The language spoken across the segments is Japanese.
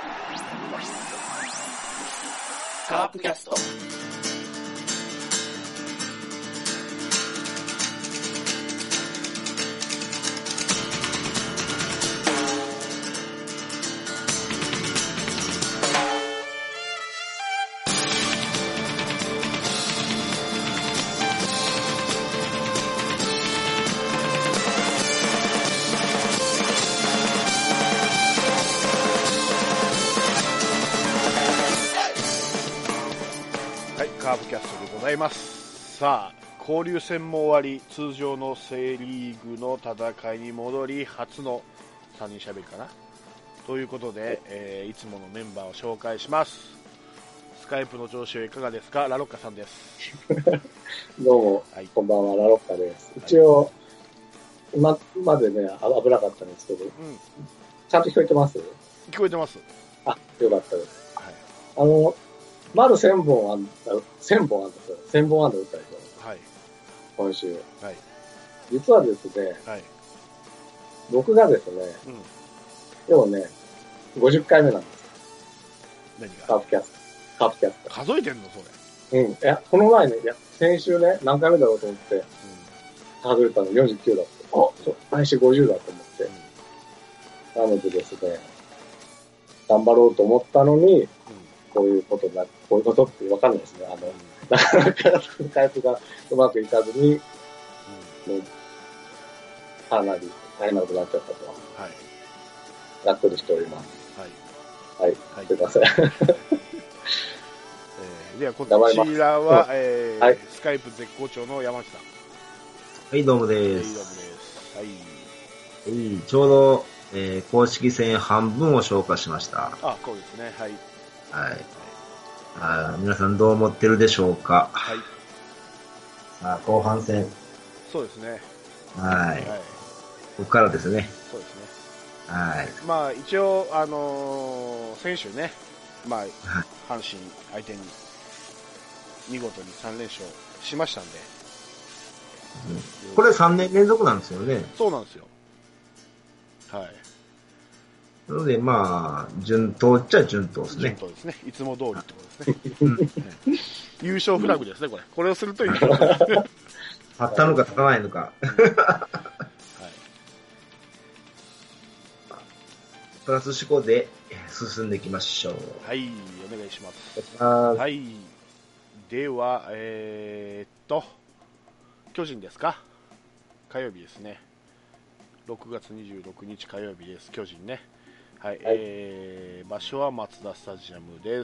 カープキャスト。 カープキャストでございます。さあ、交流戦も終わり、通常のセリーグの戦いに戻り、初の3人しゃべりかなということで、いつものメンバーを紹介します。スカイプの調子はいかがですか？ラロッカさんです。 どうも、はい、こんばんは、ラロッカです。一応、今までね、危なかったんですけど、ちゃんと聞こえてます？ 聞こえてます。 あ、よかったです。はい、丸1000本安打打ったでしょ。はい。今週。はい。実はですね、はい。僕がですね、でもね、50回目なんですよ。 何が？ カープキャスト。 数えてんのそれ。 いや、この前ね、先週ね、何回目だろうと思って、数えたの49だって。来週50だと思って。なのでですね、頑張ろうと思ったのに、こういうことってわかんないですね。なかなか回復がうまくいかずに、かなり大変なことになっちゃったとは、はい、ざっくりしております。はい。はい。すいません。 では、こちらは、はい、スカイプ絶好調の山内さん。 はい、どうもです。はい。ちょうど、公式戦半分を消化しました。 あ、そうですね。はい。 はい。皆さんどう思ってるでしょうか？はい。後半戦。 そうですね。 はい。ここからですね。 そうですね。 はい。 まあ、一応、先週ね、まあ、阪神相手に見事に3連勝しましたんで。 これ3年連続なんですよね。 そうなんですよ。はい。 なので、まあ、順当っちゃ順当ですね。 順当ですね。いつも通りってことですね。優勝フラグですね、これ。これをすると優勝フラグ。立ったのか立たないのか。プラス思考で進んでいきましょう。 はい、お願いします。はい。では、巨人ですか？火曜日ですね。6月26日火曜日です。巨人ね。はい。場所はマツダスタジアムです。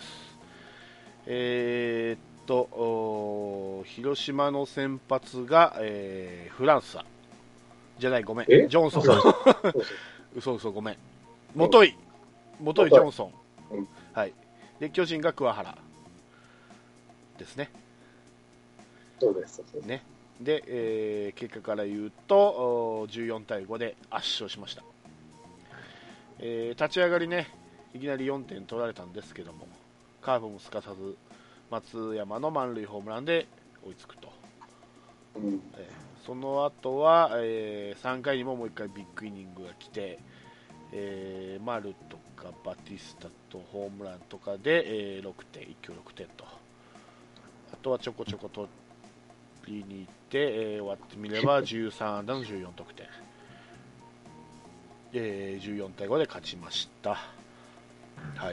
広島の先発が、フランスじゃない、ごめん。ジョンソン。嘘、ごめん。元井ジョンソン。はい。で、巨人が桑原ですね。 そうです。 ね。で、結果から言うと14対5で圧勝しました。立ち上がりね、いきなり4点取られたんですけども、カーブもすかさず松山の満塁ホームランで追いつくと。その後は、3回にももう1回ビッグイニングが来て、丸とかバティスタとホームランとかで、6点、一挙6点と。あとはちょこちょこ取りに行って、終わってみれば13安打の14得点。14対5で勝ちました。はい。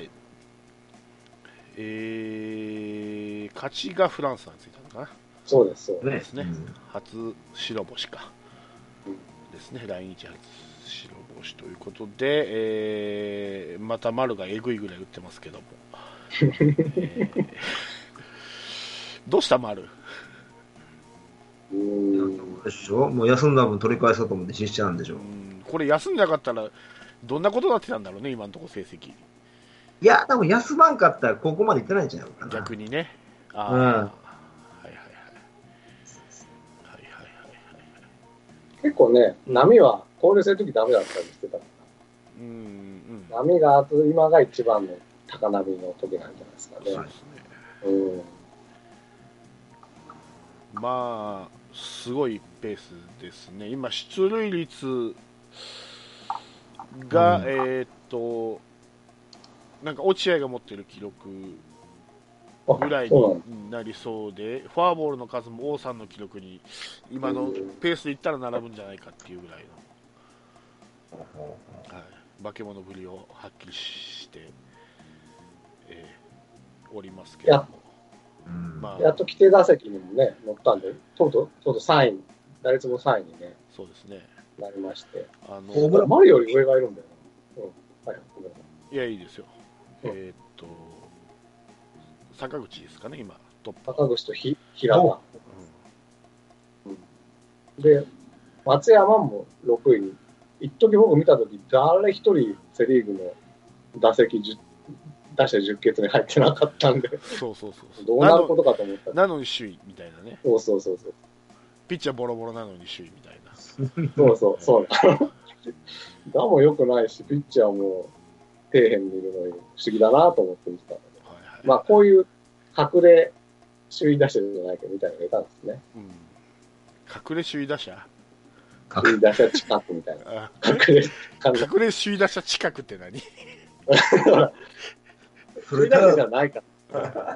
勝ちがフランスについたのかな。 そうですね。初白星か。ですね。来日初白星ということで、また丸がえぐいぐらい打ってますけども。どうした丸？ でしょ？もう休んだ分取り返そうと思って必死なんでしょ。 これ休んでなかったらどんなことになってたんだろうね、今のところ成績。 いや、多分休まんかったらここまでいってないんじゃないかな。 逆にね。 結構ね、波は交流戦の時ダメだったりしてたから。波が今が一番の高波の時なんじゃないですかね。 そうですね。まあすごいペースですね。今出塁率が、 なんか落合が持ってる記録ぐらいそうになりそうで、フォアボールの数も王さんの記録に今のペースでいったら並ぶんじゃないかっていうぐらいの、はい、化け物ぶりを発揮して、おりますけども、 まあ、やっと規定打席にもね乗ったんで、とうとう3位、打率も3位にね、 そうですね、 なりまして、 丸マリより上がいるんだよな、はい、ごめんなさい。 いや、いいですよ、坂口ですかね、今、トップ。 坂口と平田。で、松山も6位に。一時僕見たとき、誰一人セ・リーグの打席出して10決に入ってなかったんで、 そうどうなることかと思ったなのに首位みたいなね。 そう。 ピッチャーボロボロなのに首位みたいな。 そう。打も良くないし、ピッチャーも底辺にいるのに不思議だなと思って見てたので、まあこういう隠れ首位打者じゃないかみたいなのがいたんですね。 隠れ首位打者首位打者近くみたいな。隠れ首位打者近くって何首位打者じゃないから。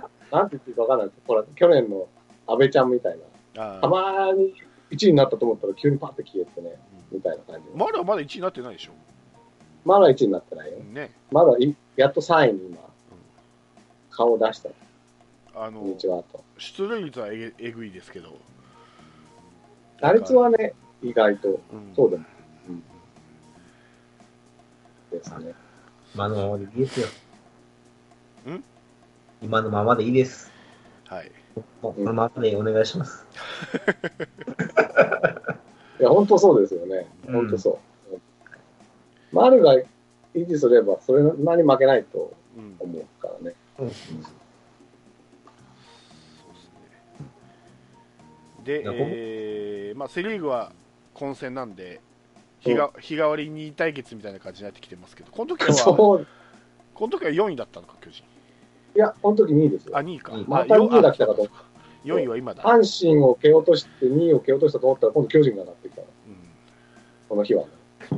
なんて言っていいか分からない。ほら、去年の阿部ちゃんみたいな。たまに1位になったと思ったら急にパッて消えてね、みたいな感じ。 まだ1位になってないでしょ。 まだ1位になってないよ。 ね。 まだやっと3位に今、顔を出した。 出塁率はえぐいですけど。 打率はね、意外と、そうでも。ですね。 今のままでいいですよ。今のままでいいです。 はい。 このままでお願いします。 いや、本当そうですよね。本当そう。丸が維持すれば、それなりに負けないと思うからね。 で、まあ、セ・リーグは混戦なんで日替わり2位対決みたいな感じになってきてますけど、この時は4位だったのか、巨人。 いや、この時2位ですよ。 2位か。 また2位が来たかと。 4位は今だ。 阪神を蹴落として2位を蹴落としたと思ったら、今度巨人がなってきた。この日はね。 そう。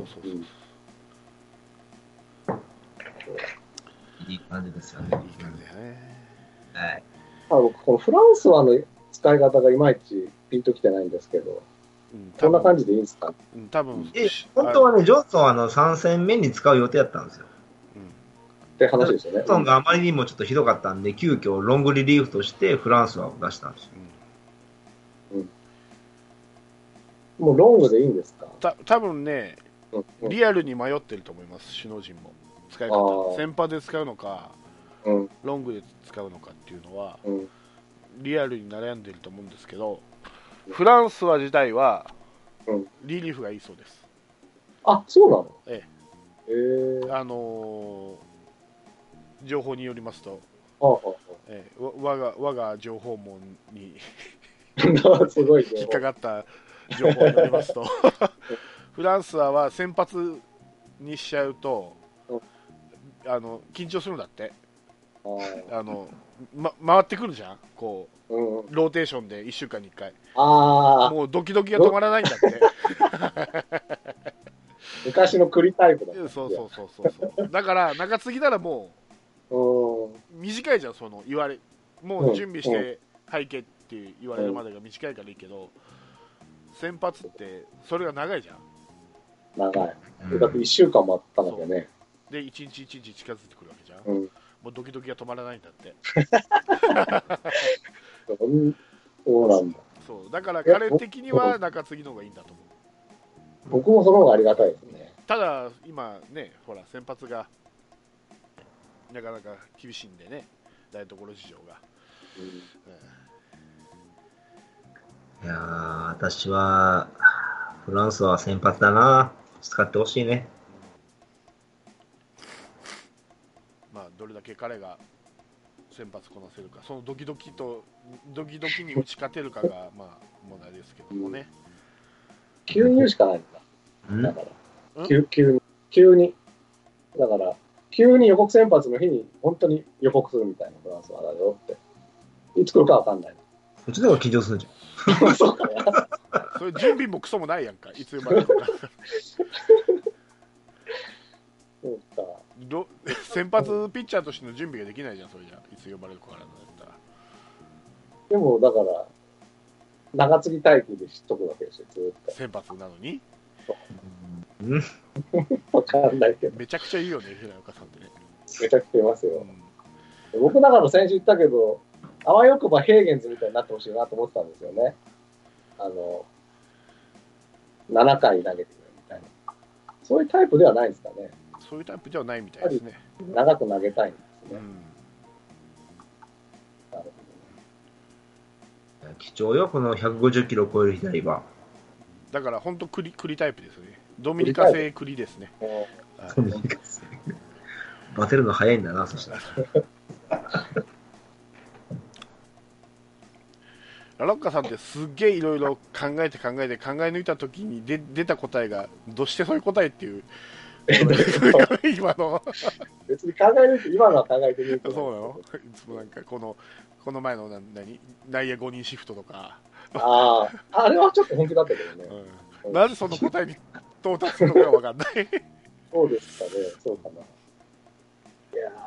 いい感じですよね。 いい感じだね。 はい。 僕、このフランスは使い方がいまいちピンときてないんですけど、こんな感じでいいんですか？ 多分本当はね、ジョンソンは3戦目に使う予定だったんですよ。 って話ですよね。 ジョンソンがあまりにもちょっとひどかったんで、急遽ロングリリーフとしてフランスは出したんですよ。 もうロングでいいんですか？ 多分ね、リアルに迷ってると思います、首脳陣も。使い方。先発で使うのか、ロングで使うのかっていうのは、リアルに悩んでると思うんですけど、フランスは自体はリリーフがいいそうです。 あ、そうなの？ 情報によりますと、我が情報網にすごい引っかかった情報によりますとフランスは先発にしちゃうと緊張するんだって。回ってくるじゃん、こう、ローテーションで1週間に1回。もうドキドキが止まらないんだって。 昔の栗タイプだ。 そう。だから中継ぎならもう短いじゃん、もう準備して背景って言われるまでが短いからいいけど、先発ってそれが長いじゃん。 長い。だって1週間待ったんだよね。 で1日1日近づいてくるわけじゃん。もうドキドキが止まらないんだって。 そうなんだ。 そうだから彼的には中継ぎの方がいいんだと思う。 僕もその方がありがたいですね。 ただ今ね、ほら先発がなかなか厳しいんでね、台所事情が。 いやー、私はフランスは先発だな。使ってほしいね。 まあどれだけ彼が先発こなせるか、そのドキドキに打ち勝てるかがまあ問題ですけどもね。 急に言うしかないんだ。だから急にだから急に予告先発の日に本当に予告するみたいな、フランスはだよっていつ来るかわかんない。 そっちでも緊張するじゃん。そうかね。 それ準備もクソもないやんか、いつ生まれるか。 そうか。 先発ピッチャーとしての準備ができないじゃん、それじゃ。いつ呼ばれるかからないんだったら。 でも、だから、長継ぎタイプで知っとくわけですよ、ずーっと。 先発なのにわかんないけど、 めちゃくちゃいいよね、平岡さんってね。 めちゃくちゃいますよ。 うん僕だから先週言ったけど、あわよくばヘーゲンズみたいになってほしいなと思ってたんですよね。7回投げてくれみたいな。そういうタイプではないですかね。 そういうタイプではないみたいですね。 長く投げたいんですね。 うん、 なるほ貴重よ、この150キロを超える左は。 だから本当栗タイプですね。ドミニカ製栗ですね。 どね。 はいバテるの早いんだな、そしたら。 ラロッカさんってすっげえいろいろ考え抜いた時に出た答えがどうしてそういう答えっていう今の別に考えると、今のは考えてみると。 そうなのいつもなんかこの前の内野5人シフトとか、 ああ、あれはちょっと本気だったけどね。 うん、なぜその答えに到達するのかわかんないそうですかね、そうかな。いやー、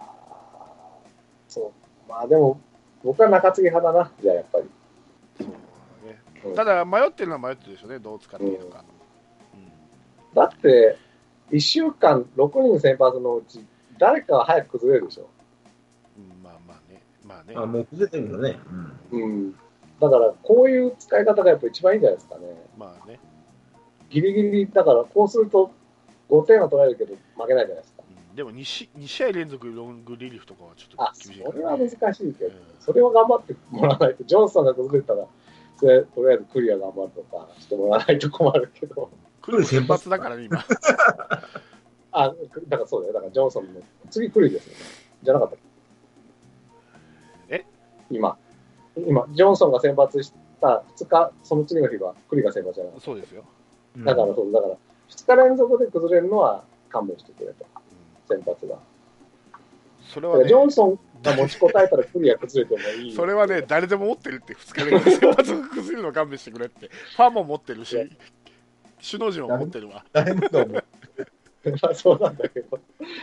そう。まあでも、僕は中継ぎ派だな、じゃあやっぱり。 そうね、 うんただ迷ってるのは迷ってるでしょうね、どう使っていいのか、 だって、1週間6人先発のうち、誰かは早く崩れるでしょ。 うんまあね、 あ、もう崩れてるよね。 うん。だから、こういう使い方がやっぱ一番いいんじゃないですかね。 まあね、 ギリギリ、だから、こうすると5点は取られるけど、負けないじゃないですか。 でも2試合連続ロングリリーフとかはちょっとあ、 厳しいから、 それは難しいけど、 うんそれは頑張ってもらわないと、ジョンソンが崩れたら、それとりあえずクリア頑張るとかしてもらわないと困るけど。 クリ先発だからね、今。 あ、だからそうだよ。だからジョンソンの次クリですよね。じゃなかったっけ？ え？ 今、ジョンソンが先発した2日、その次の日はクリが先発じゃなかった。 そうですよ。 だからそう、だから2日連続で崩れるのは勘弁してくれと。先発が。 それはね、 ジョンソンが持ちこたえたらクリア崩れてもいい。 それはね、誰でも持ってるって、2日連続先発が崩れるの勘弁してくれって、ファンも持ってるし、首脳陣も持ってるわ。 誰もだもん。 まあそうなんだけど。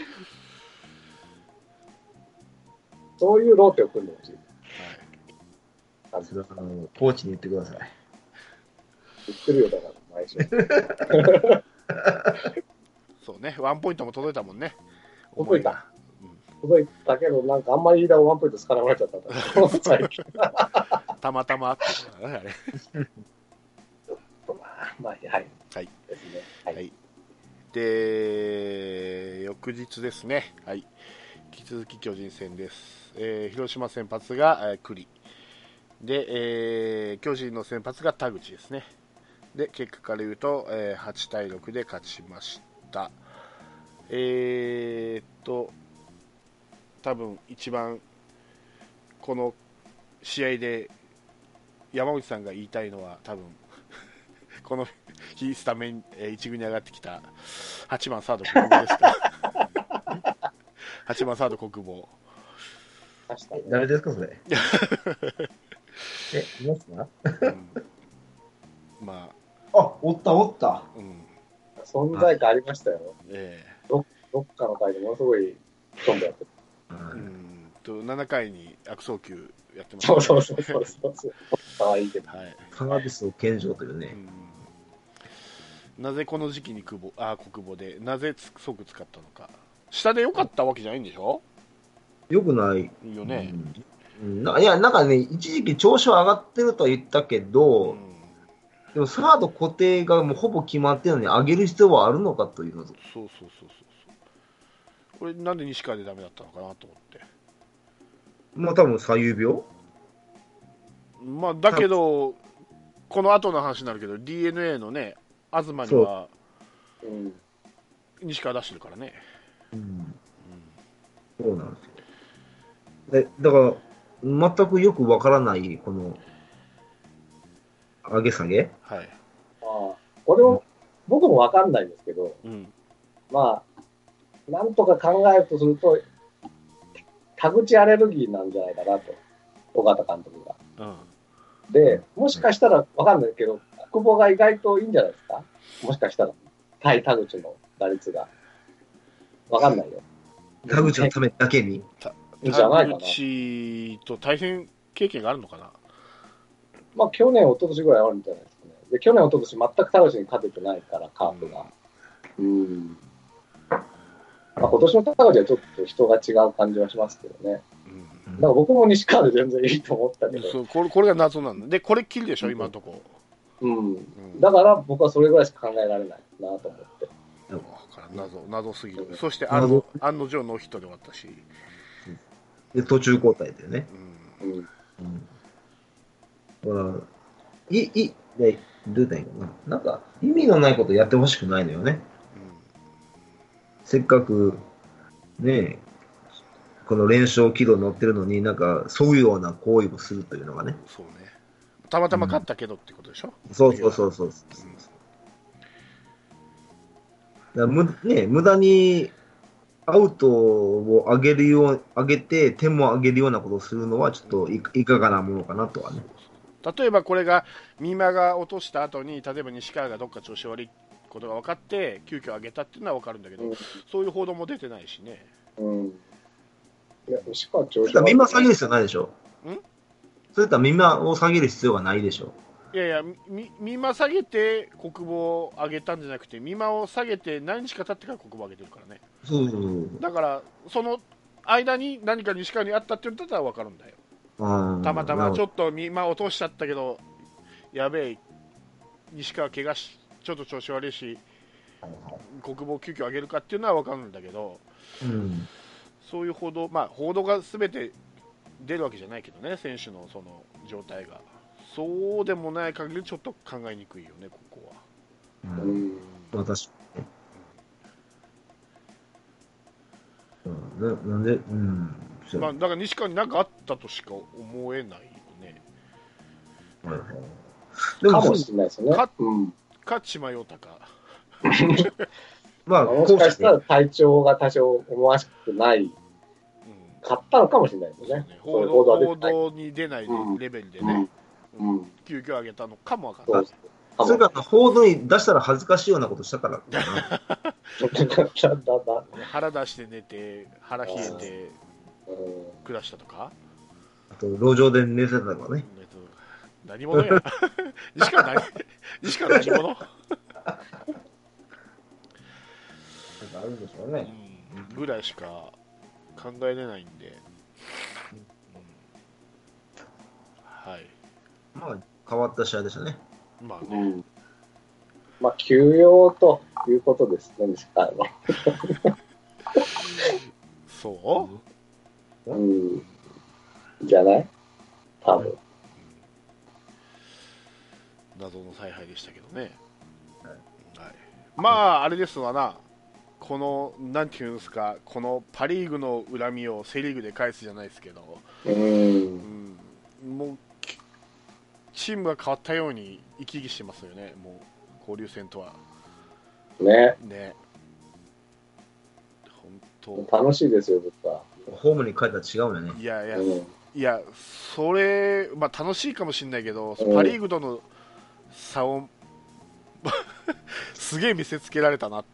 そういうローテを組んでほしい。 それはコーチに言ってください。 言ってるよ、だから、毎週。 そうね、ワンポイントも届いたもんね。 届いた。届いたけど、なんかあんまり飯田をワンポイントつからまれちゃったんだ最近。 たまたまってことだね、あれ。 まあ、はい。 はい。 ですね。 はい。で、翌日ですね。はい。引き続き巨人戦です。広島先発が栗。で、巨人の先発が田口ですね。で、結果から言うと、8対6で勝ちました。多分一番この試合で山口さんが言いたいのは多分この日スタメン、一軍に上がってきた8番サード国防ですか8番サード国防誰ですかそれいますか、 まあ、おった、 存在感ありましたよ。どっかの回でものすごいトンボやってた。7回に悪送球やってました、ね。 そう。かわいいけど。 サービスを献上というね。 なぜこの時期に国母で、なぜ即使ったのか。下で良かったわけじゃないんでしょ？ 良くないよね。 いや、なんかね、一時期調子は上がってるとは言ったけど、でもサード固定がもうほぼ決まってるのに上げる必要はあるのかというのと。 そう。これなんで西川でダメだったのかなと思って。 まあ多分左右病？ まあだけど、この後の話になるけど、DNA のね、東には、西川出してるからね。 そうなんですよ。だから、全くよくわからない、この、上げ下げ？ はい。 これも、僕もわかんないんですけど、まあ、なんとか考えるとすると、田口アレルギーなんじゃないかなと、尾形監督が。で、もしかしたらわかんないけど、国母が意外といいんじゃないですか？もしかしたら、対田口の打率が。 わかんないよ。 田口のためだけに。 じゃないかな。 田口と対戦経験があるのかな。 まあ去年、一昨年ぐらいあるんじゃないですかね。で、去年、一昨年全く田口に勝ててないから、カープが。まあ、今年の田口はちょっと人が違う感じはしますけどね。だから僕も西川で全然いいと思ったけど。 そうこれが謎なんだ。で、これっきりでしょ、今のとこ。 だから僕はそれぐらいしか考えられないなと思って。 謎すぎる。そして案の定ノーヒットで終わったし。 で、途中交代でね。どう言ったらいいかな。なんか、意味のないことやってほしくないのよね。せっかく、ね、この連勝軌道に乗ってるのに、なんか、そういうような行為をするというのがね。 そうね。たまたま勝ったけどってことでしょ。 そう。無駄にアウトを上げて、点も上げるようなことをするのは、ちょっといかがなものかなとはね。 例えばこれが美馬が落とした後に、例えば西川がどっか調子悪いことが分かって急遽上げたっていうのは分かるんだけど、そういう報道も出てないしね。 いや、西川調子悪い。美馬下げる必要ないでしょ。そういったら美馬を下げる必要がないでしょ。 いや美馬下げて国母を上げたんじゃなくて、美馬を下げて何日か経ってから国母を上げてるからね。だからその間に何か西川にあったって言ったら分かるんだよ。たまたまちょっと美馬落としちゃったけど、やべえ、西川怪我しちょっと調子悪いし、国母を急遽上げるかっていうのは分かるんだけど、そういう報道が全て出るわけじゃないけどね、選手のその状態が。そうでもない限りちょっと考えにくいよね、ここは。 私なんで、 だから西川に何かあったとしか思えないよね。 かもしれないですよね。 か千葉陽太か。 もしかしたら体調が多少思わしくないかったのかもしれないですね。 報道に出ないレベルでね、急遽上げたのかもわかんない。 それから報道に出したら恥ずかしいようなことしたからかな。 腹出して寝て、腹冷えて暮らしたとか、 あと路上で寝てたとかね。 何者や。西川何者。なんかあるんでしょうね。 ぐらいしか考えれないんで。はい。 まあ変わった試合でしたね。 休養ということですね、西川は。 そう？ じゃない多分。 謎の采配でしたけどね。まああれですわな。このなんていうんですか、このパ・リーグの恨みをセ・リーグで返すじゃないですけど、もうチームが変わったように生き生きしてますよね、もう交流戦とは。 ね。 本当楽しいですよ、僕は。 ホームに帰ったら違うよね。 いや、それ、楽しいかもしれないけど、パ・リーグとの差をすげえ見せつけられたなって。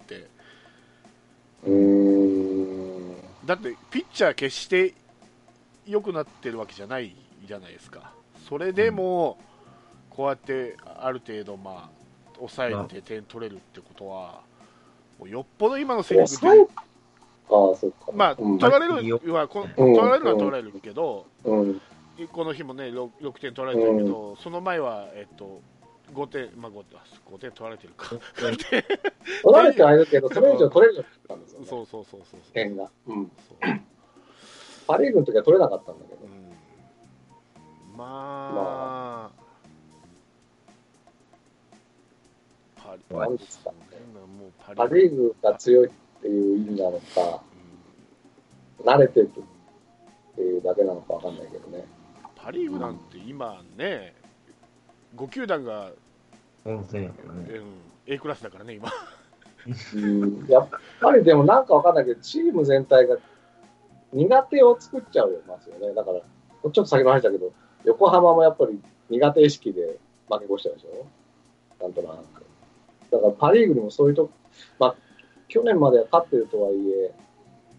だってピッチャー決して良くなってるわけじゃないじゃないですか。それでもこうやってある程度抑えて点取れるってことは、もうよっぽど今のセ・リーグで取られるのは取られるけど、この日もね 6点取られてるけど、その前は5点、5点取られてるか。 取られてはいるけど、それ以上取れるようになったんですよね。 そう。 点が。パ・リーグの時は取れなかったんだけど。なんですかね。パ・リーグが強いっていう意味なのか、慣れてるっていうだけなのかわかんないけどね。 パ・リーグなんて今ね、5球団がA クラスだからね、今。 やっぱりでもなんかわかんないけど、チーム全体が苦手を作っちゃいますよね。だから、ちょっと先の話だけど、横浜もやっぱり苦手意識で負け越したでしょ、なんとなく。だからパ・リーグにもそういうと、去年までは勝ってるとはいえ、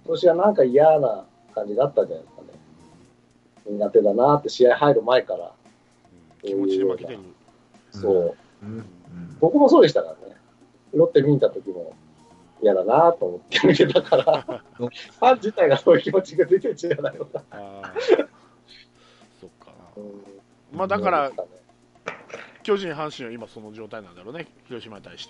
今年はなんか嫌な感じがあったんじゃないですかね。苦手だなって試合入る前から。 気持ちで負けてる。 そう。 うん僕もそうでしたからね。ロッテ見に行った時も嫌だなと思って見てたから、ファン自体がそういう気持ちが出てるんじゃないのか。 そっかな。まあだから、巨人、阪神は今その状態なんだろうね、広島に対して。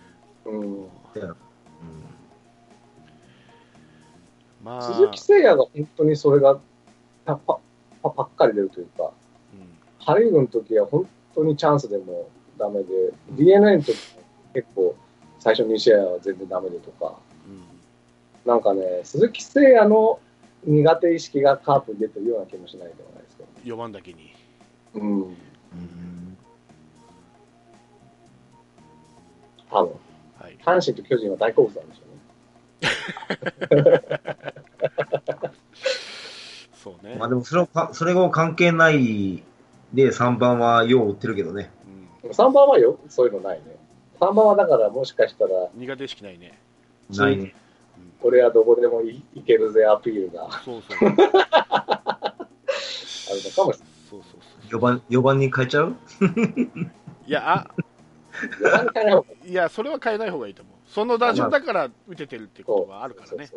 まあ、鈴木誠也が本当にそれがパっかり出るというか、パ・リーグの時は本当にチャンスでもダメで、DNA の時も結構最初2試合は全然ダメでとか、なんかね、鈴木誠也の苦手意識がカープに出てるような気もしないではないですけど、ね、 4番だけに。 多分、はい、阪神と巨人は大好物なんでしょうね。 そうね。 まあでもそれが関係ないで3番はよう売ってるけどね。 3番はそういうのないね。3番はだからもしかしたら苦手意識ないね。 ないね。 俺はどこでもいけるぜアピールがそうそうあるのかもしれない。 そう 4番に変えちゃう？ いや、いや、それは変えない方がいいと思う。その打順だから打ててるってことがあるからね。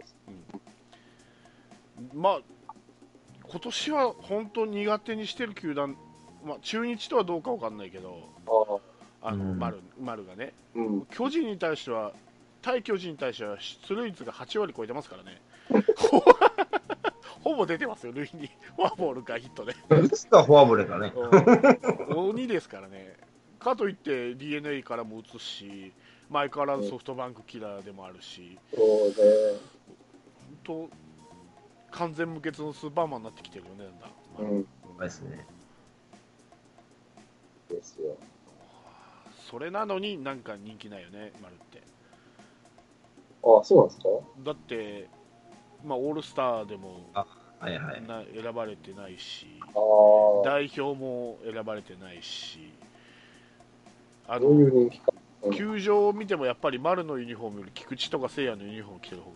まあ今年は本当に苦手にしてる球団、まあ、中日とはどうかわかんないけど、丸がね、巨人に対しては、対巨人に対しては出塁率が8割超えてますからね。ほぼ出てますよ、塁に。フォアボールかヒットで。 打つかフォアボールかね。 鬼ですからね。かといって DNA からも打つし、前からソフトバンクキラーでもあるし、本当完全無欠のスーパーマンになってきてるよね、なんだ。 ですね。 ですよ。 それなのになんか人気ないよね、丸って。 あ、そうなんですか？ だって、まあ、オールスターでも選ばれてないし、代表も選ばれてないし、 どういう人気か。 球場を見てもやっぱり丸のユニフォームより菊池とか聖夜のユニフォーム着てる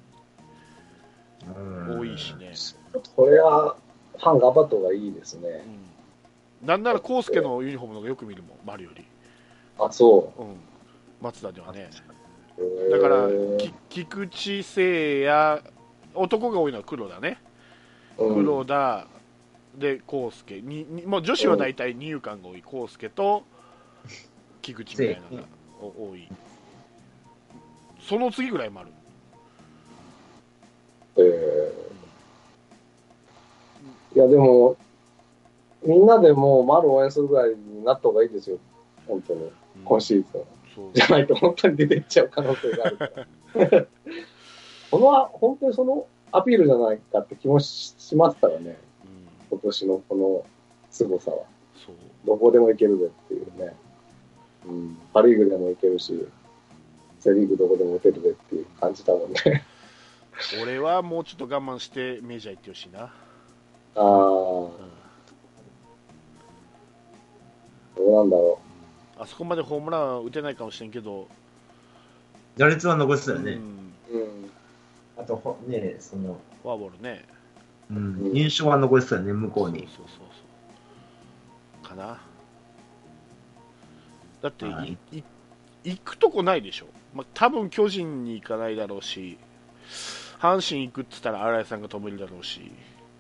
方が多いしね。 これはファン頑張った方がいいですね。 なんなら康介のユニフォームの方がよく見るもん、丸より。 あ、そう。 松田ではね。だから菊池聖夜、男が多いのは黒田ね。黒田で康介もう女子は大体二遊間が多い。康介と菊池みたいなのが多い。その次ぐらい丸。 いやでもみんなでもう丸応援するぐらいになった方がいいですよ、本当に、今シーズン。じゃないと本当に出ていっちゃう可能性があるから。本当にそのアピールじゃないかって気もしますからね、今年のこの凄さは。どこでもいけるぜっていうね。パ・リーグでもいけるし、セ・リーグどこでも打てるぜっていう感じだもんね。 俺はもうちょっと我慢してメジャー行ってほしいな。 どうなんだろう。あそこまでホームラン打てないかもしれんけど、 打率は残してたよね。 あとね、そのフォアボールね。 印象は残してたよね、向こうに。 そうかな。だって行くとこないでしょ。まあ、多分巨人に行かないだろうし、阪神行くっつったら新井さんが止めるだろうし。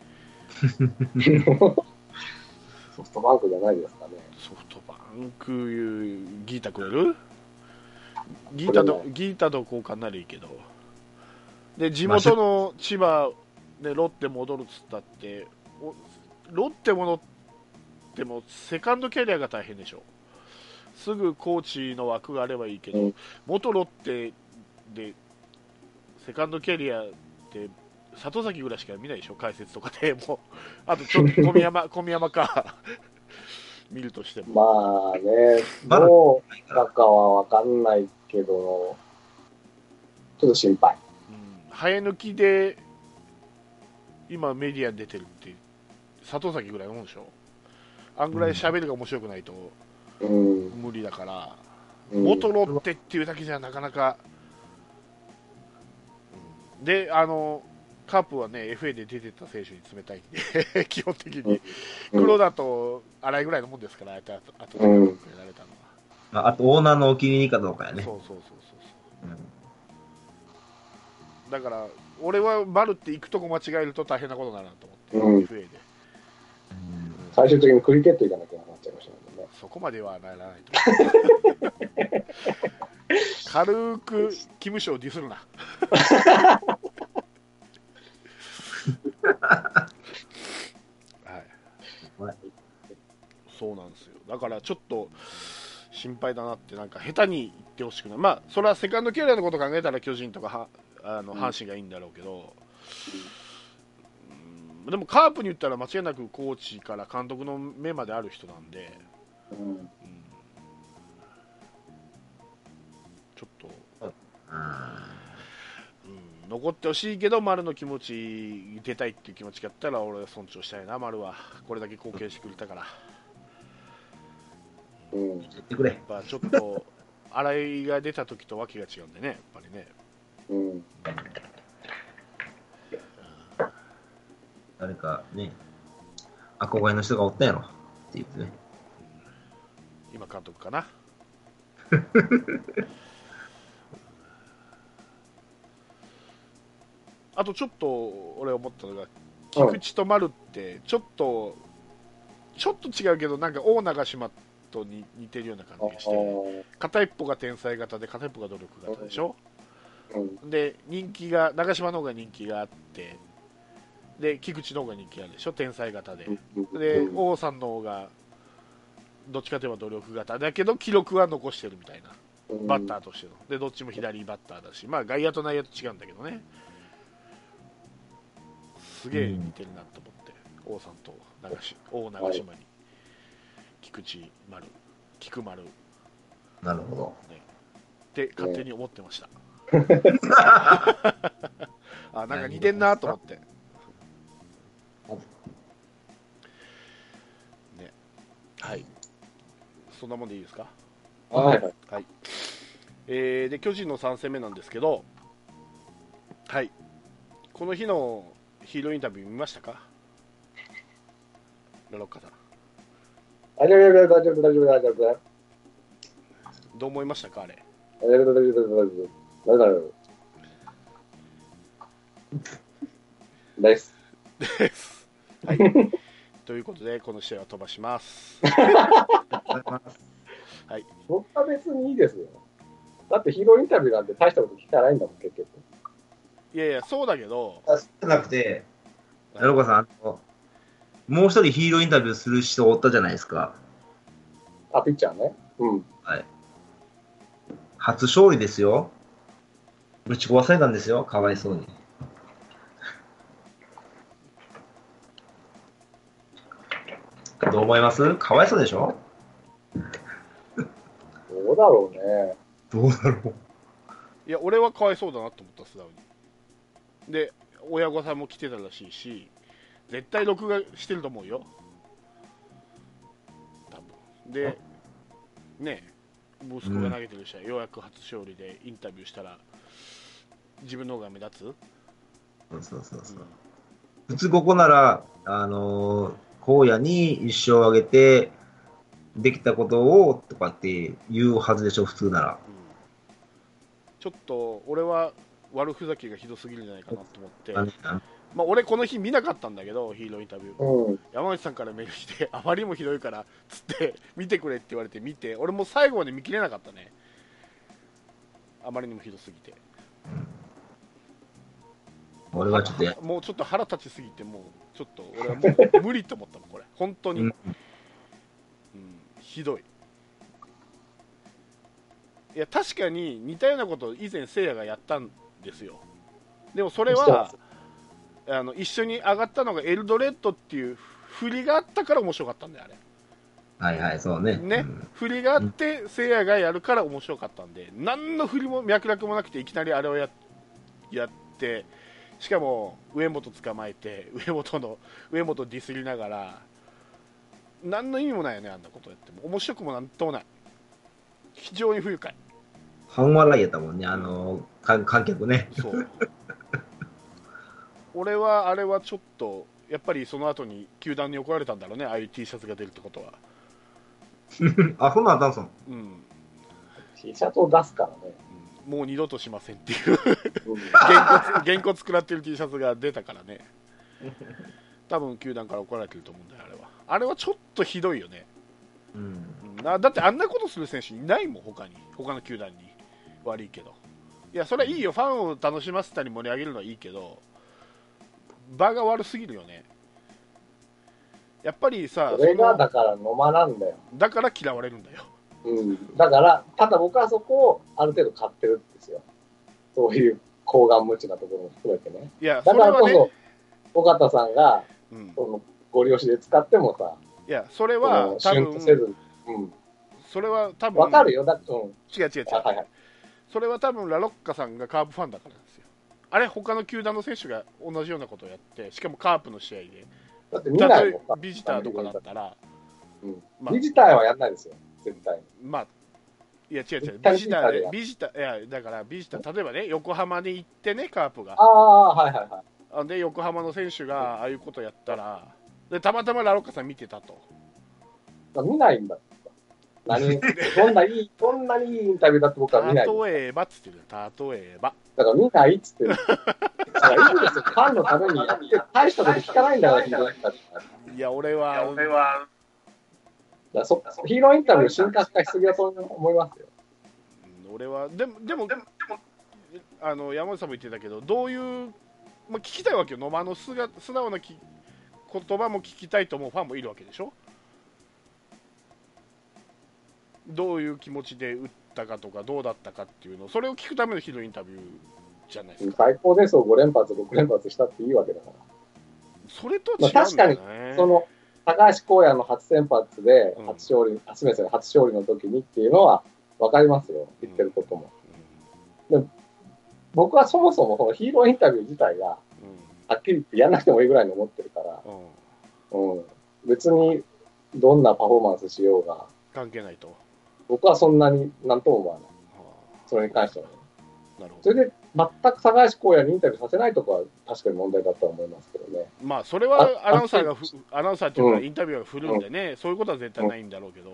ソフトバンクじゃないですかね。 ソフトバンクギータくれる？ギータと交換ならいいけど。で地元の千葉でロッテ戻るっつったって、ロッテ戻ってもセカンドキャリアが大変でしょ。すぐコーチの枠があればいいけど、元ロッテでセカンドキャリアって里崎ぐらいしか見ないでしょ、解説とかで。もうあとちょっと小宮山か見るとしても。まあね、どうだかは分かんないけど、ちょっと心配。 生え抜きで今メディアに出てるって里崎ぐらいのもんでしょ。あんぐらい喋りが面白くないと無理だから、元ロッテっていうだけじゃなかなか、 でカープはね FA で出てた選手に冷たいんで基本的に黒だと荒いぐらいのもんですから、あとでられたのは、 あとオーナーのお気に入りかどうかやね。 そう、だから俺は丸って行くとこ間違えると大変なことになるなと思って、FA で最終的にクリケット行かなきゃなっちゃいましたもんね。 そこまではならないと思う軽く義務賞ディスるなはい、そうなんですよ。だからちょっと心配だなって、なんか下手に言ってほしくない。まあそれはセカンドキャリアのことを考えたら巨人とか阪神がいいんだろうけど、でもカープに言ったら間違いなくコーチから監督の目まである人なんで、ちょっと、残ってほしいけど丸の気持ち、出たいっていう気持ちがあったら俺は尊重したいな。丸はこれだけ貢献してくれたから、 言ってくれ。 やっぱちょっと新井が出た時とわけが違うんでね、やっぱりね。 誰かね、憧れの人がおったやろっていうね。 今監督かなあとちょっと俺思ったのが、菊池と丸ってちょっと違うけど、なんか大長島と似てるような感じがして、片一方が天才型で片一方が努力型でしょ、で人気が長島の方が人気があって、で菊池の方が人気があるでしょ、天才型で、で王さんの方がどっちかといえば努力型だけど記録は残してるみたいな、バッターとしてので、どっちも左バッターだし、まあ外野と内野と違うんだけどね、すげえ似てるなと思って、王さんと大長島に菊池丸、菊丸、 なるほど、 ね、って勝手に思ってました、あ、なんか似てんなと思ってね。はい、そんなもんでいいですか。 はい、 はい、で巨人の3戦目なんですけど、はい、この日のヒーローインタビュー見ましたか、ラロッカさん。 大丈夫、大丈夫、大丈夫、大丈夫。 どう思いましたか、あれ。 大丈夫、大丈夫、大丈夫、大丈夫。です。 です。はい。ということで、この試合は飛ばします。はい。 僕は別にいいですよ。だってヒーローインタビューなんて大したこと聞かないんだもん、結局。 いやいや、そうだけど。 そうじゃなくて、ラロカさん、もう一人ヒーローインタビューする人おったじゃないですか。 あ、ピッチャーね。 はい。初勝利ですよ。ぶち壊されたんですよ、かわいそうに。どう思います？かわいそうでしょ？ どうだろうね。 どうだろう。 いや、俺はかわいそうだなと思った、素直に。で、親御さんも来てたらしいし、絶対録画してると思うよ。多分。で、ね、息子が投げてる試合、ようやく初勝利でインタビューしたら、自分の方が目立つ？ そう。普通ここなら、荒野に一生あげて、できたことをとかって言うはずでしょ、普通なら。 ちょっと俺は悪ふざけがひどすぎるんじゃないかなと思って、まあ、俺この日見なかったんだけど、ヒーローインタビュー、山内さんからメールしてあまりにもひどいからつって見てくれって言われて見て、俺も最後まで見切れなかったね、あまりにもひどすぎて。 俺はちょっともうちょっと腹立ちすぎて、もうちょっと俺はもう無理と思ったもん、これ本当に、ひどい。いや確かに似たようなことを以前せいやがやったんですよ。でもそれは一緒に上がったのがエルドレッドっていう振りがあったから面白かったんだよ、あれ。 はい、そうね。 振りがあってせいやがやるから面白かったんで、何の振りも脈絡もなくていきなりあれをやって、しかも上本捕まえて上本ディスりながら、何の意味もないよね、あんなことやっても面白くもなんともない。非常に不愉快。 半笑いやったもんね、観客ね。 そう俺はあれはちょっとやっぱりその後に球団に怒られたんだろうね、ああいう T シャツが出るってことは。 あ、そんなんダンソン。 うん、 T シャツを出すからね。 もう二度としませんっていうげんこつ食らってる T シャツが出たからね。多分球団から怒られてると思うんだよ、あれはちょっとひどいよね。だってあんなことする選手いないもん、他の球団に。悪いけど、いやそれはいいよ、ファンを楽しませたり盛り上げるのはいいけど、場が悪すぎるよね。やっぱりさ、 それがだから野間なんだよ。 だから嫌われるんだよ。 だからただ僕はそこをある程度買ってるんですよ。そういう厚顔無知なところも含めてね。 いやだからこそ、 それはね、 尾形さんが、そのご利用しで使ってもさ、 いやそれは多分それは多分わかるよ。 違う、 はいはい、 それは多分ラロッカさんがカープファンだからなんですよ。あれ他の球団の選手が同じようなことをやって、しかもカープの試合で、 だって見ないもん、 ビジターとかだったら、 ビジターはやんないですよ、絶対に。 まあいや違う、ビジターいやだからビジター、例えばね、横浜に行ってね、カープが、 はいはいはい。 で横浜の選手がああいうことやったら、でたまたまラロッカさん見てたと。 見ないんだ。どんなにいいインタビューだって僕は見ない。 例えばっつってる、例えば。 だから見ないっつってる。だからいいですよ、ファンのためにやって、大したこと聞かないんだから、ヒーローインタビュー。 いや、俺はヒーローインタビュー深刻化しすぎだと思いますよ。 俺は、でも山本さんも言ってたけど、どういう、まあ、聞きたいわけよ、野間の素直な言葉も聞きたいと思うファンもいるわけでしょ。どういう気持ちで打ったかとか、どうだったかっていうの、それを聞くためのヒーローインタビューじゃないですか。 最高ですを5連発、6連発したっていいわけだから。 それと違うんだよね。 確かに、その高橋光也の初先発で初勝利の時にっていうのは分かりますよ、言ってることも。で僕はそもそもそのヒーローインタビュー自体が、はっきり言ってやらなくてもいいぐらいに思ってるから、別にどんなパフォーマンスしようが関係ないと。 僕はそんなになんとも思わない。それに関してはね。なるほど。それで全く高橋光也にインタビューさせないとこは確かに問題だとは思いますけどね。 まあそれはアナウンサーっていうかインタビューが振るんでね、そういうことは絶対ないんだろうけど、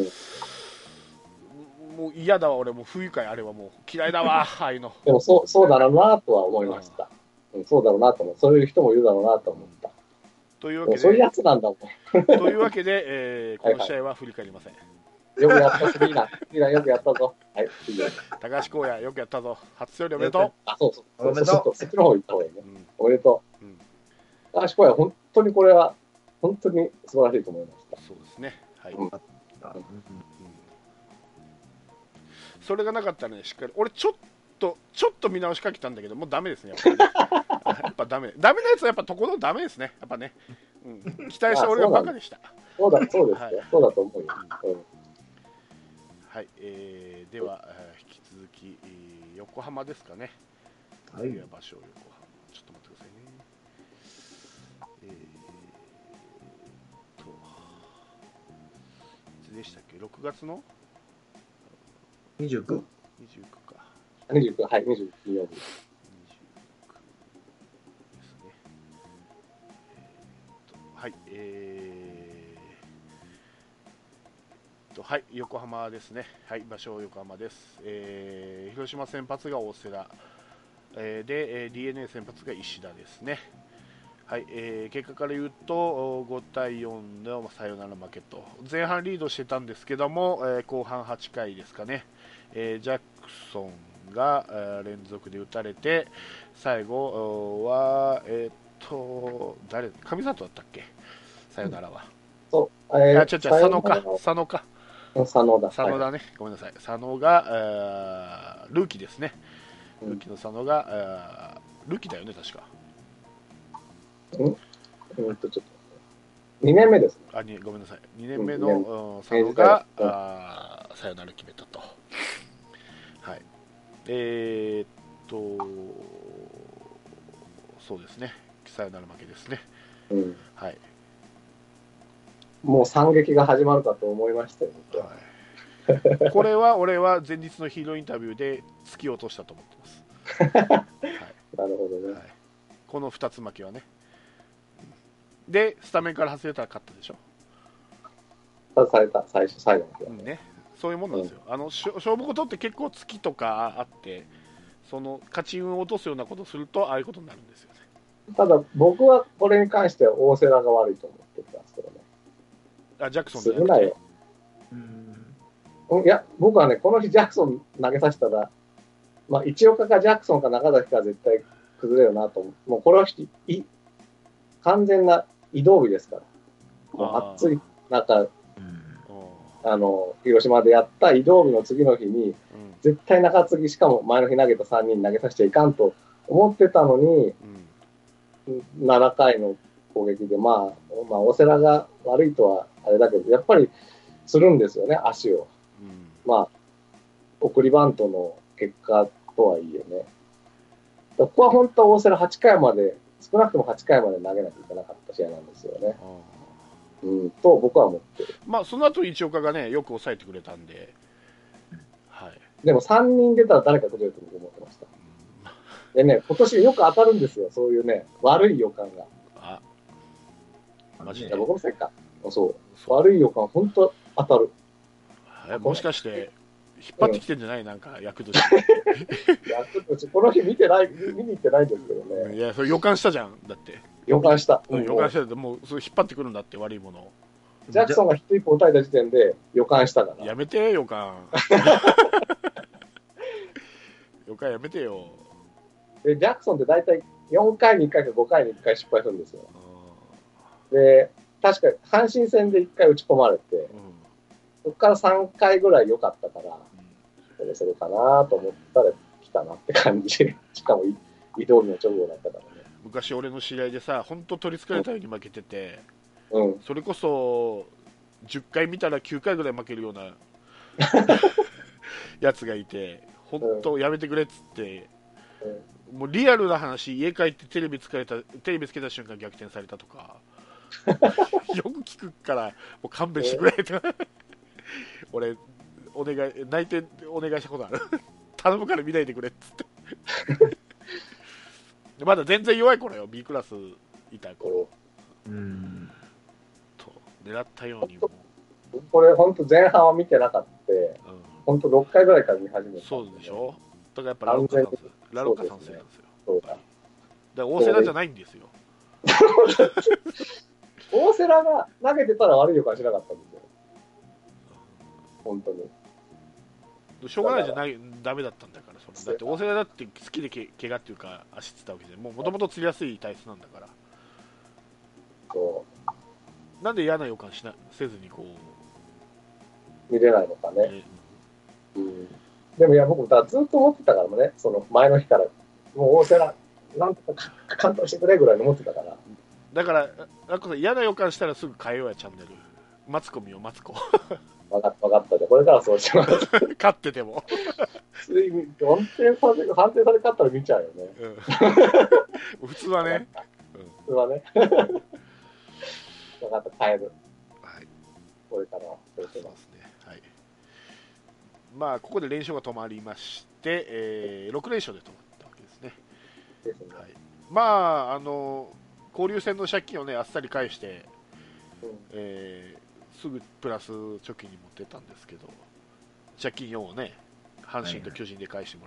もう嫌だわ、俺もう不愉快、あれはもう嫌いだわ、ああいうの。 でもそうだろうなとは思いました。そうだろうなと思う。そういう人もいるだろうなと思った。 というわけで、 そういうやつなんだもん。 というわけで、この試合は振り返りません。 よくやった、スリーランよくやったぞ。はい、 高橋光也、よくやったぞ。初勝利おめでとう。 そう。おめでとう。そっちの方行った方がいいね。おめでとう。高橋光也、本当にこれは、本当に素晴らしいと思いました。 そうですね。はい。それがなかったらね、しっかり、俺ちょっと見直しかけたんだけど、もうダメですね、やっぱダメなやつはやっぱところダメですね、やっぱね。期待した俺がバカでした。 そうですよ。そうだと思うよ。 はい、では引き続き、横浜ですかね。はい。場所横浜。ちょっと待ってくださいね。いつでしたっけ？ 6 月の 29か。 29、はい、29金曜日。29 ですね。はい、はい、横浜ですね。はい、場所横浜です。広島先発が大瀬良、で、DNA 先発が石田ですね。はい、結果から言うと5対4のサヨナラ負けと、前半リードしてたんですけども、後半8回ですかね、ジャックソンが連続で打たれて、最後は誰、上里だったっけ、サヨナラは。佐野か。佐野だね、ごめんなさい。佐野がルーキーですね。ルーキーの佐野がルーキーだよね、確か。 ちょっと2年目ですね。ごめんなさい。2年目の佐野がサヨナラ決めたと。はい。そうですね。サヨナラ負けですね。はい。 もう惨劇が始まるかと思いましたよ。 はい、これは俺は前日のヒーローインタビューで突き落としたと思ってます。はい、 なるほどね。はい、 この2つ負けはね。でスタメンから外れたら勝ったでしょ。 された、最後の日は。 ね、そういうもんなんですよ。勝負事って結構月とかあって、その勝ち運を落とすようなことをするとああいうことになるんですよね。 ただ僕はこれに関しては大瀬良が悪いと思ってたんですけどね。 ジャクソンするなよ。いや、僕はね、この日ジャクソン投げさせたら、まあ、一岡かジャクソンか中崎か絶対崩れるなと思う。もうこれは完全な移動日ですから。もう暑い中、広島でやった移動日の次の日に、絶対中継ぎ、しかも前の日投げた3人投げさせちゃいかんと思ってたのに、7回の攻撃で、まあ、大瀬良が悪いとはあれだけど、やっぱりするんですよね、足を。まあ、送りバントの結果とはいえね。ここは本当は大瀬良8回まで、少なくとも8回まで投げなきゃいけなかった試合なんですよね。と僕は思ってる。 まあ、その後一岡がね、よく抑えてくれたんで、はい、 でも3人出たら誰か崩れると僕思ってました。でね、今年よく当たるんですよ、そういうね、悪い予感が。 マジで。 いや僕のせいか。そう。悪い予感、本当当たる。 もしかして、引っ張ってきてんじゃない、なんか、役年。 役年、この日見に行ってないんですけどね。 いや、それ予感したじゃん、だって。 予感した。 予感した。もう、それ引っ張ってくるんだって、悪いものを。 ジャクソンがヒット1本打たれた時点で予感したから。 やめて、予感。予感やめてよ。 で、ジャクソンって大体4回に1回か5回に1回失敗するんですよ。で、確か阪神戦で1回打ち込まれて、そこから3回ぐらい良かったから、それかなと思ったら来たなって感じ。しかも移動日の直後だったからね。 昔俺の知り合いでさ、本当取りつかれたように負けてて、それこそ10回見たら9回ぐらい負けるようなやつがいて、本当やめてくれっつって、もうリアルな話、家帰ってテレビつけた瞬間逆転されたとかよく聞くから、もう勘弁してくれって俺泣いてお願いしたことある頼むから見ないでくれっつってまだ全然弱い頃よ、 B クラスいた頃と狙ったようにもこれ本当前半は見てなかった、本当6回ぐらいから見始めた。 そうでしょ。だからやっぱラロッカ賛成なんですよ。だから大瀬良じゃないんですよ。 大瀬良が投げてたら悪い予感しなかったんですよ。本当に。 しょうがないじゃない、ダメだったんだから。それだって大瀬良だって好きで怪我っていうか足つったわけで、もともと釣りやすい体質なんだから。なんで嫌な予感せずにこう見れないのかね。でもいや、僕ずっと思ってたからもね、その前の日から、もう大瀬良、なんとか完投してくれぐらいに思ってたから。 だから、嫌な予感したらすぐ変えようや、チャンネル。マツコ見よう、マツコ。 分かったで、これからそうします。 勝ってても。 ついに、判定され勝ったら見ちゃうよね。 普通はね。 普通はね。分かった、変える。 はい。 これからそうしますね。はい。まあ、ここで連勝が止まりまして、6連勝で止まったわけですね。はい、まあ、交流戦の借金をね、あっさり返して、すぐプラス貯金に持ってったんですけど、借金4をね、阪神と巨人で返して、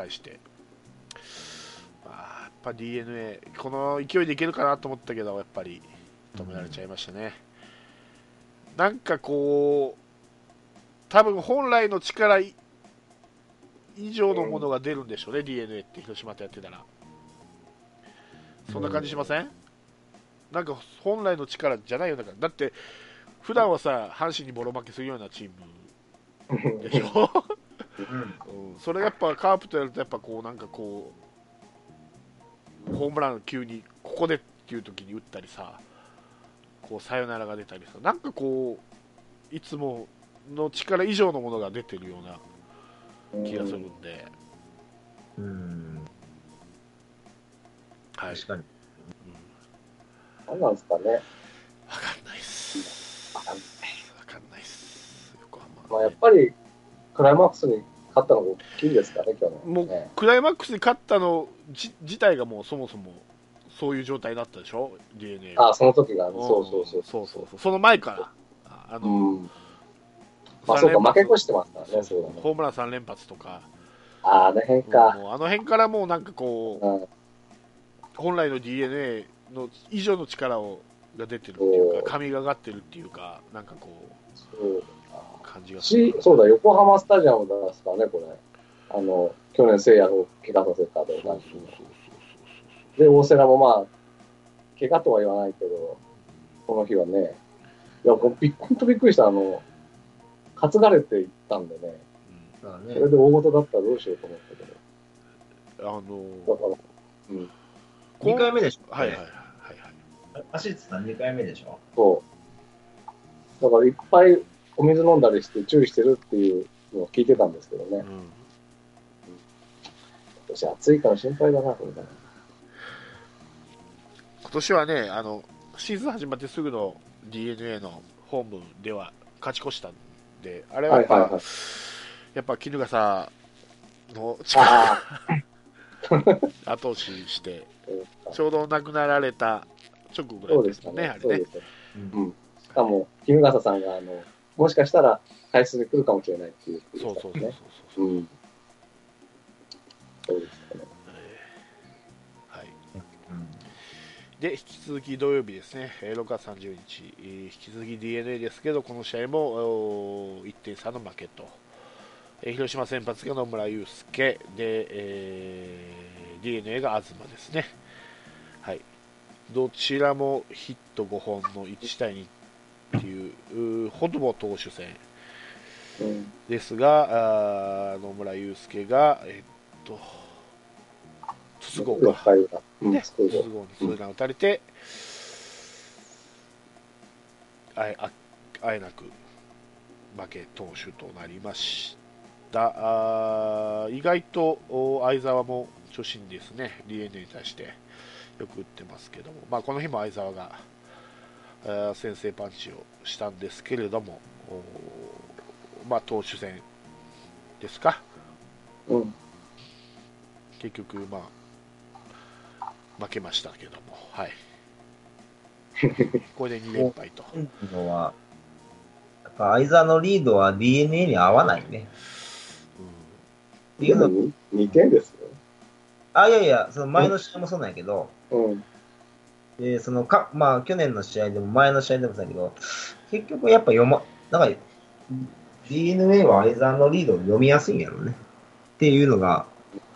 まあ、やっぱ DNA、この勢いでいけるかなと思ったけど、やっぱり止められちゃいましたね。なんかこう、多分本来の力以上のものが出るんでしょうね、DNA って広島とやってたら。そんな感じしません？なんか本来の力じゃないような感じ。だって普段はさ、阪神にボロ負けするようなチームでしょ、それやっぱカープとやると、やっぱこうなんかこうホームラン急にここでっていう時に打ったりさ、こうサヨナラが出たりさ、なんかこういつもの力以上のものが出てるような気がするんで、 はい、確かに。 何なんですかね。 わかんないっす。わかんないっす。横浜、 まあやっぱりクライマックスに勝ったのが大きいですかね、今日の。 もうクライマックスに勝ったの自体がもうそもそもそういう状態だったでしょ DNA は。 あ、その時が、 うんそう。 その前からまあそうか、負け越してますからね、そうだね。 ホームラン3連発とか、 あの辺か。 もうあの辺からもうなんかこう、本来の DNA の以上の力が出てるっていうか、神がかってるっていうか、なんかこう、感じがする。 そうだ、横浜スタジアムですからね、これ。去年聖夜を怪我させたという感じで、大瀬良もまあ、怪我とは言わないけど、この日はね、いや、ほんとびっくりした、担がれていったんでね、それで大事だったらどうしようと思ったけど。だから、 2回目でしょ。 はい。 足つった2回目でしょ。 そう。だからいっぱいお水飲んだりして注意してるっていうのを聞いてたんですけどね。今年暑いから心配だな、これから。 今年はね、シーズン始まってすぐの DNA のホームでは勝ち越したんで、あれはやっぱ、やっぱ衣笠の力後押しして、ちょうど亡くなられた直後だったですね、あれね。 しかも、衣笠さんが、もしかしたら、解説に来るかもしれないっていう、 そう。 そうですね。 はい。で、引き続き土曜日ですね、6月30日、引き続き DNA ですけど、この試合も1点差の負けと。広島先発が野村祐介で、DNA が東ですね。はい。どちらもヒット5本の1対2っていう、ほとんど投手戦ですが、野村祐介が、筒香が、筒香にツーラン打たれて、あえなく負け投手となりました。意外と相澤も調子いいんですね、DNA に対してよく打ってますけども、まあ、この日も相澤が先制パンチをしたんですけれども、まあ、投手戦ですか、結局、まあ、負けましたけども、はい、これで2連敗と。 やっぱ相澤のリードは DNA に合わないね。 っていうのに2点ですよ。 いやいや、その前の試合もそうなんやけど、でまあ、去年の試合でも前の試合でもそうだけど、結局やっぱなんか DNA は相澤のリードを読みやすいんやろね。っていうのが、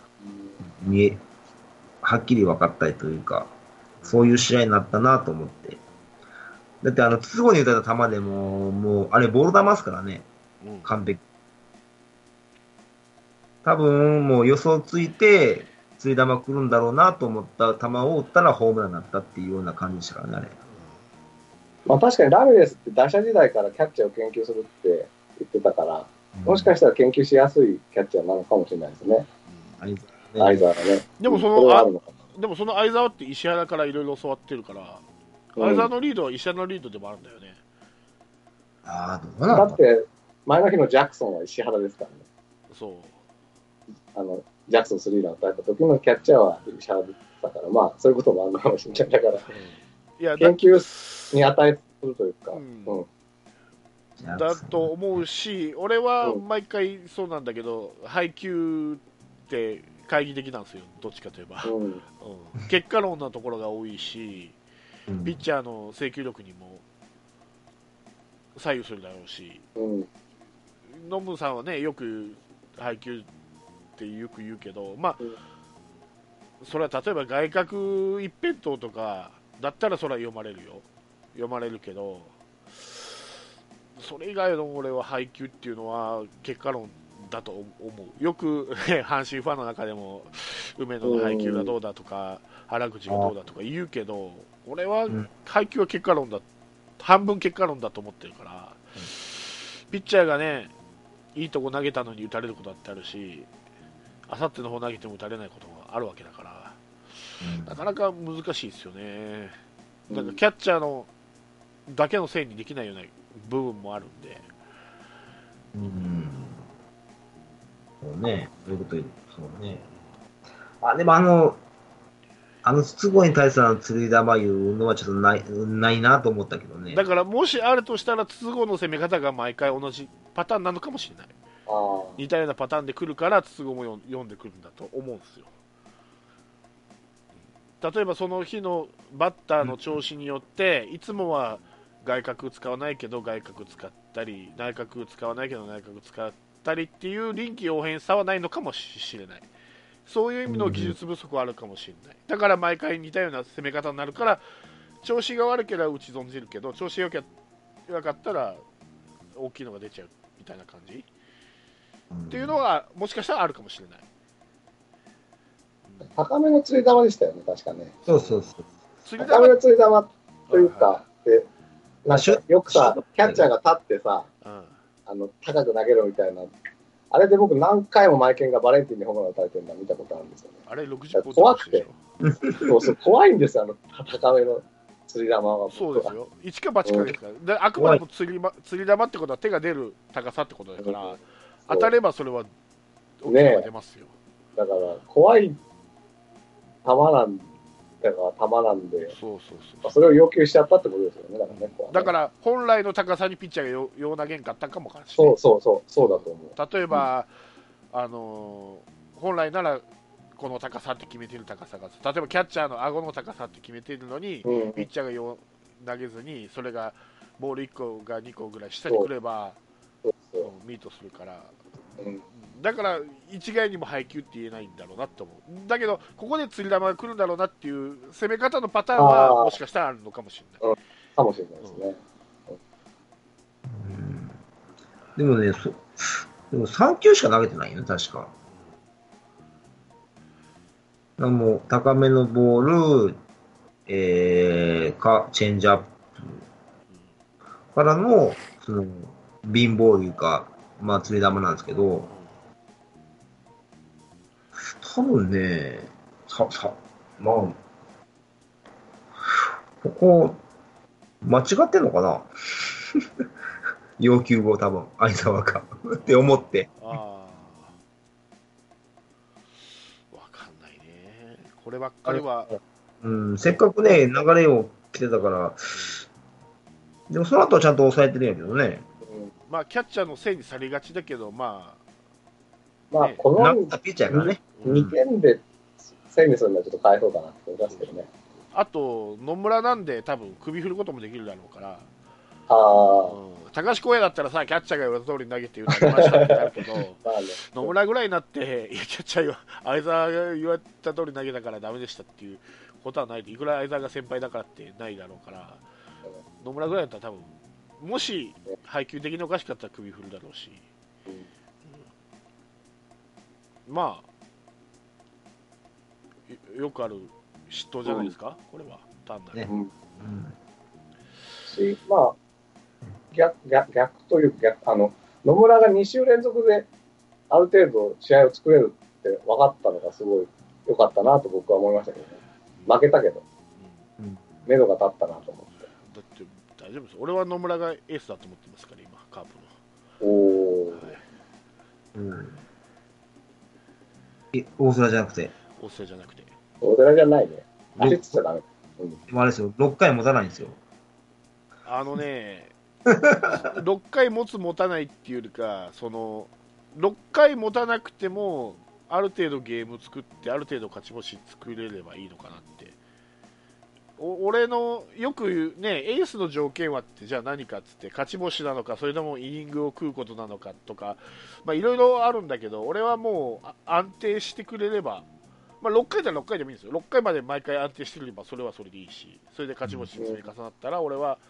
はっきり分かったりというか、そういう試合になったなと思って。だって筒香に打たれた球でもう、あれボール球ですからね。完璧。多分、もう予想ついて、釣り球来るんだろうなと思った球を打ったらホームランになったっていうような感じでしたからね、あれ。 まあ確かにラミレスって打者時代からキャッチャーを研究するって言ってたから、もしかしたら研究しやすいキャッチャーなのかもしれないですね。相澤がね。 でもその相澤って石原からいろいろ教わってるから、相澤のリードは石原のリードでもあるんだよね。 どうなんだ。 だって、前の日のジャクソンは石原ですからね。 そう。 ジャクソン3ラン打たれた時のキャッチャーは石原だから、まあ、そういうこともあるのかもしれない。だから、研究に値するというか、 だと思うし、俺は毎回そうなんだけど、配球って懐疑的なんですよ、どっちかといえば。結果論なところが多いし、ピッチャーの制球力にも左右するだろうし、ノムさんはね、よく配球ってよく言うけど、まあ、それは例えば外角一辺倒とかだったらそれは読まれるけど、それ以外の俺は配球っていうのは結果論だと思う。よく阪神ファンの中でも梅野の配球がどうだとか原口がどうだとか言うけど、俺は配球は結果論だ、半分結果論だと思ってるから、ピッチャーがねいいとこ投げたのに打たれることだってあるし、あさっての方投げても打たれないことがあるわけだから、なかなか難しいですよね。なんかキャッチャーのだけのせいにできないような部分もあるんで。 そうね。そういうこと言う。そうね。でも筒香に対する釣り玉いうのはちょっとないなと思ったけどね。 だからもしあるとしたら筒香の攻め方が毎回同じパターンなのかもしれない。似たようなパターンで来るから筒香も読んでくるんだと思うんですよ。例えばその日のバッターの調子によって、いつもは外角使わないけど外角使ったり、内角使わないけど内角使ったりっていう臨機応変さはないのかもしれない。そういう意味の技術不足はあるかもしれない。だから毎回似たような攻め方になるから、調子が悪ければ打ち損じるけど、調子が良かったら大きいのが出ちゃうみたいな感じ、っていうのはもしかしたらあるかもしれない。 高めの釣り玉でしたよね、確かね。 そうそうそう。 高めの釣り玉というか、でなんかよくさ、キャッチャーが立ってさ、高く投げろみたいな、あれで僕何回もマイケンがバレンティンにホームラン打たれてるの見たことあるんですよね。 あれ60本怖くて。そう怖いんですよ、高めの釣り玉は。 そうですよ。一か八かですから。であくまでも釣り玉ってことは手が出る高さってことだから、当たればそれは大きいのが出ますよ。 だから怖い球なんで、それを要求しちゃったってことですよね。 だから本来の高さにピッチャーがよう投げんかったかもかもしれない。 そうだと思う。 例えば、本来ならこの高さって決めてる高さが、例えばキャッチャーの顎の高さって決めてるのに、ピッチャーがよう投げずに、それがボール1個が2個ぐらい下に来ればミートするから、だから一概にも配球って言えないんだろうなと思う。だけどここで釣り玉が来るんだろうなっていう攻め方のパターンはもしかしたらあるのかもしれない。 かもしれないですね。 でもね、でも3球しか投げてないよね、確か。もう高めのボール、チェンジアップからの、貧乏いうか、まあ、釣り玉なんですけど、多分ね、まあ、ここ、間違ってんのかな要求を多分、相沢かって思って。 わかんないね。こればっかりは。 せっかくね、流れを来てたから、でもその後はちゃんと抑えてるんやけどね。 まあ、キャッチャーのせいにされがちだけど、まあ、このピッチャーがね、 2点でせいにするのはちょっと変えそうかなって思いますけどね。 あと、野村なんで多分首振ることもできるだろうから、高橋光也だったらさ、キャッチャーが言われた通りに投げて打たれましたってなるけど、野村ぐらいになって、いや、キャッチャーが相沢が言われた通り投げたからダメでしたっていうことはないで、いくら相沢が先輩だからってないだろうから、野村ぐらいだったら多分、もし配球的におかしかったら首振るだろうし、まあ、よくある嫉妬じゃないですか、これは、単なる。 まあ、逆というか、野村が2週連続である程度試合を作れるって分かったのがすごい良かったなと僕は思いましたけどね。負けたけど、目処が立ったなと思って。 だって大丈夫です。俺は野村がエースだと思ってますから、今、カープの。 大空じゃなくて。 大瀬じゃなくて。 大空じゃないね。走ってちゃダメ。 でもあれですよ、6回持たないんですよ。 6回持たないっていうよりか、6回持たなくても、ある程度ゲーム作って、ある程度勝ち星作れればいいのかなって。俺のよく言うね、エースの条件はってじゃあ何かっつって、勝ち星なのか、それともイニングを食うことなのかとか、いろいろあるんだけど、俺はもう安定してくれれば、6回じゃ6回でもいいんですよ。6回まで毎回安定してくれればそれはそれでいいし、それで勝ち星積み重なったら俺は、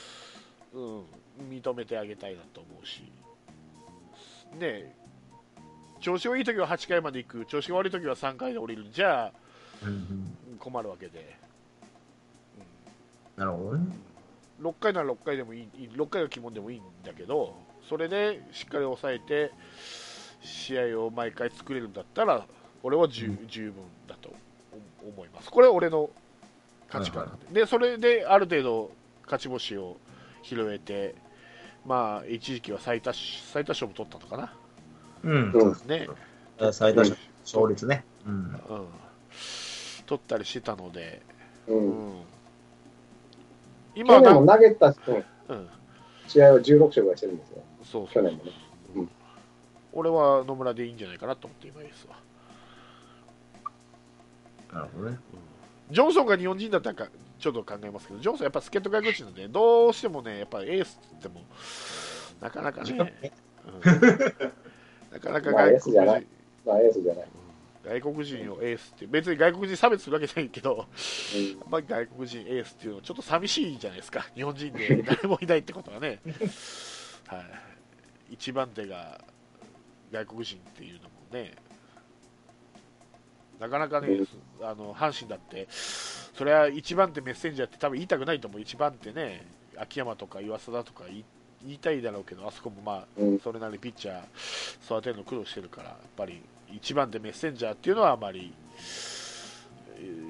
認めてあげたいなと思うし、ね、調子がいいときは8回まで行く、調子が悪いときは3回で降りるんじゃ困るわけで、 なるほどね。 6回なら6回でもいい、6回が鬼門でもいいんだけど、それでしっかり抑えて試合を毎回作れるんだったら俺は十分だと思います。これは俺の価値観で、それである程度勝ち星を拾えて、一時期は最多勝も取ったのかな。 そうですね。 最多勝率ね。 取ったりしてたので、 うん。 今は去年も投げた、試合は16勝ぐらいしてるんですよ。 そう去年もね。 俺は野村でいいんじゃないかなと思って今ですわ。 なるほどね。 ジョンソンが日本人だったらちょっと考えますけど、ジョンソンやっぱ助っ人外国人なんで、どうしてもね、やっぱエースって言っても、なかなかね、なかなかまあエース外国じゃない。 人、 まあエースじゃない。 外国人をエースって、別に外国人差別するわけじゃないけど、 うん。 やっぱり外国人エースっていうのはちょっと寂しいじゃないですか、日本人で誰もいないってことはね、はい、一番手が外国人っていうのもね、なかなかね、阪神だって、それは一番手メッセンジャーって多分言いたくないと思う、一番手ね、秋山とか岩貞とか言いたいだろうけど、あそこもまあ、それなりにピッチャー育てるの苦労してるから、やっぱり一番手メッセンジャーっていうのはあまり、